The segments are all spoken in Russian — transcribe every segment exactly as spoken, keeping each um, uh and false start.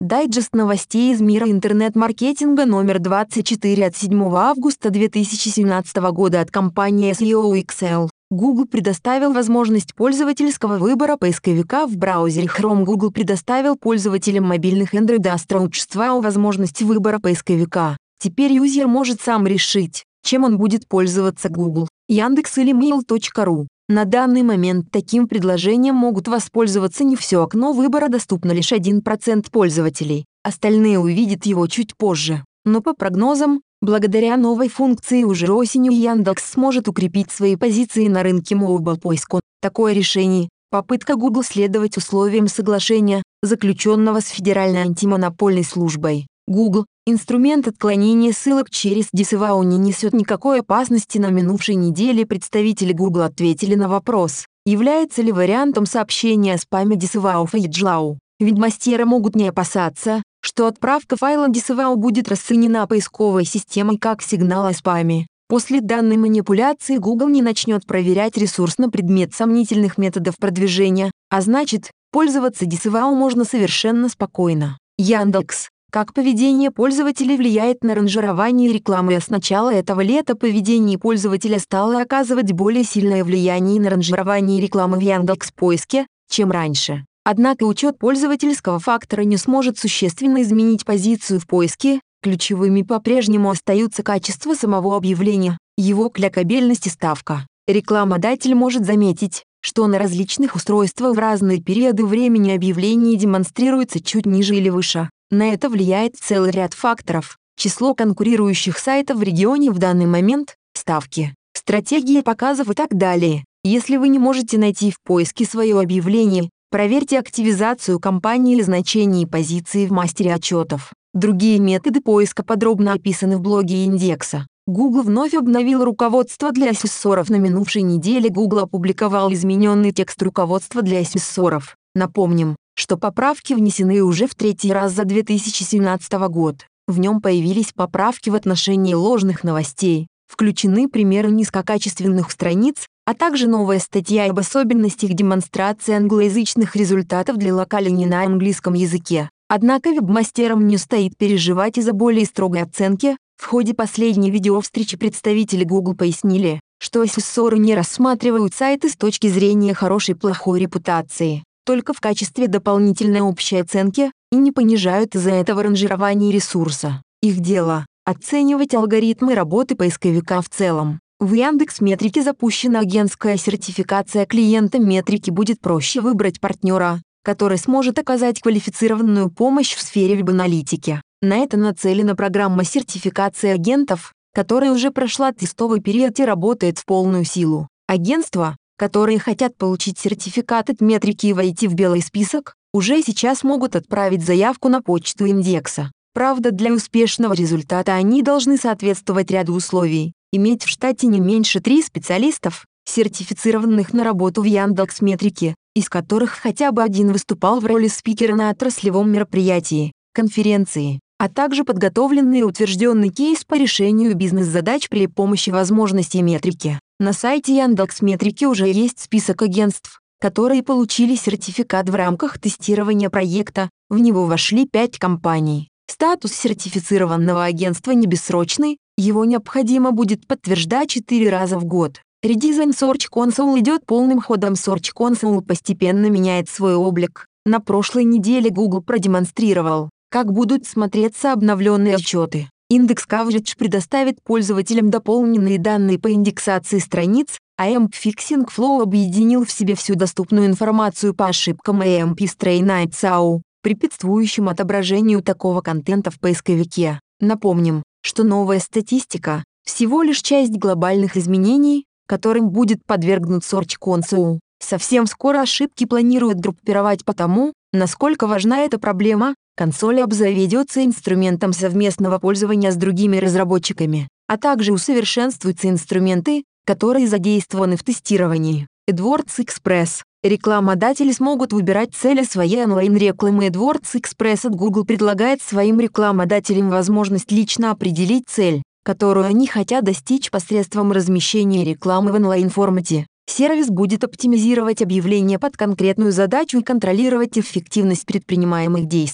Дайджест новостей из мира интернет-маркетинга номер двадцать четыре от седьмого августа две тысячи семнадцатого года от компании эс и о икс эл. Google предоставил возможность пользовательского выбора поисковика в браузере Chrome. Google предоставил пользователям мобильных Android сообщества возможность выбора поисковика. Теперь юзер может сам решить, чем он будет пользоваться: Google, Яндекс или мейл точка ру. На данный момент таким предложением могут воспользоваться не все окно выбора, доступно лишь один процент пользователей, остальные увидят его чуть позже. Но по прогнозам, благодаря новой функции уже осенью Яндекс сможет укрепить свои позиции на рынке мобил-поиска. Такое решение – попытка Google следовать условиям соглашения, заключенного с Федеральной антимонопольной службой. Google – инструмент отклонения ссылок через дисавоу не несет никакой опасности. На минувшей неделе представители Google ответили на вопрос, является ли вариантом сообщения о спаме дисавоу фейджлау. Вебмастеры могут не опасаться, что отправка файла дисавоу будет расценена поисковой системой как сигнал о спаме. После данной манипуляции Google не начнет проверять ресурс на предмет сомнительных методов продвижения, а значит, пользоваться дисавоу можно совершенно спокойно. Яндекс. Как поведение пользователей влияет на ранжирование рекламы? С начала этого лета поведение пользователя стало оказывать более сильное влияние на ранжирование рекламы в Яндекс.Поиске, чем раньше. Однако учет пользовательского фактора не сможет существенно изменить позицию в поиске. Ключевыми по-прежнему остаются качество самого объявления, его кликабельность и ставка. Рекламодатель может заметить, что на различных устройствах в разные периоды времени объявление демонстрируется чуть ниже или выше. На это влияет целый ряд факторов: число конкурирующих сайтов в регионе в данный момент, ставки, стратегии показов и так далее. Если вы не можете найти в поиске свое объявление, проверьте активизацию кампании или значение позиции в мастере отчетов. Другие методы поиска подробно описаны в блоге индекса. Google вновь обновил руководство для ассессоров. На минувшей неделе Google опубликовал измененный текст руководства для ассессоров. Напомним, что поправки внесены уже в третий раз за две тысячи семнадцатый год. В нем появились поправки в отношении ложных новостей, включены примеры низкокачественных страниц, а также новая статья об особенностях демонстрации англоязычных результатов для локалей на английском языке. Однако вебмастерам не стоит переживать из-за более строгой оценки. В ходе последней видеовстречи представители Google пояснили, что ассессоры не рассматривают сайты с точки зрения хорошей-плохой репутации, только в качестве дополнительной общей оценки, и не понижают из-за этого ранжирование ресурса. Их дело – оценивать алгоритмы работы поисковика в целом. В Яндекс.Метрике запущена агентская сертификация клиента метрики. Будет проще выбрать партнера, который сможет оказать квалифицированную помощь в сфере веб-аналитики. На это нацелена программа сертификации агентов, которая уже прошла тестовый период и работает в полную силу. Агентства, которые хотят получить сертификат от метрики и войти в белый список, уже сейчас могут отправить заявку на почту индекса. Правда, для успешного результата они должны соответствовать ряду условий: иметь в штате не меньше трех специалистов, сертифицированных на работу в Яндекс.Метрике, из которых хотя бы один выступал в роли спикера на отраслевом мероприятии, конференции, а также подготовленный и утвержденный кейс по решению бизнес-задач при помощи возможностей метрики. На сайте Яндекс.Метрики уже есть список агентств, которые получили сертификат в рамках тестирования проекта. В него вошли пять компаний. Статус сертифицированного агентства не бессрочный, его необходимо будет подтверждать четыре раза в год. Редизайн Search Console идет полным ходом. Search Console постепенно меняет свой облик. На прошлой неделе Google продемонстрировал, как будут смотреться обновленные отчеты. Индекс Coverage предоставит пользователям дополненные данные по индексации страниц, а эй эм пи Fixing Flow объединил в себе всю доступную информацию по ошибкам эй эм пи Strain препятствующим отображению такого контента в поисковике. Напомним, что новая статистика – всего лишь часть глобальных изменений, которым будет подвергнут Search Console. Совсем скоро ошибки планируют группировать по тому, насколько важна эта проблема. Консоль обзаведется инструментом совместного пользования с другими разработчиками, а также усовершенствуются инструменты, которые задействованы в тестировании. AdWords Express. Рекламодатели смогут выбирать цели своей онлайн-рекламы. AdWords Express от Google предлагает своим рекламодателям возможность лично определить цель, которую они хотят достичь посредством размещения рекламы в онлайн-формате. Сервис будет оптимизировать объявления под конкретную задачу и контролировать эффективность предпринимаемых действий.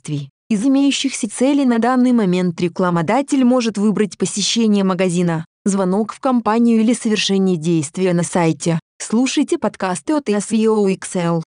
Из имеющихся целей на данный момент рекламодатель может выбрать посещение магазина, звонок в компанию или совершение действия на сайте. Слушайте подкасты от эс и о икс эл.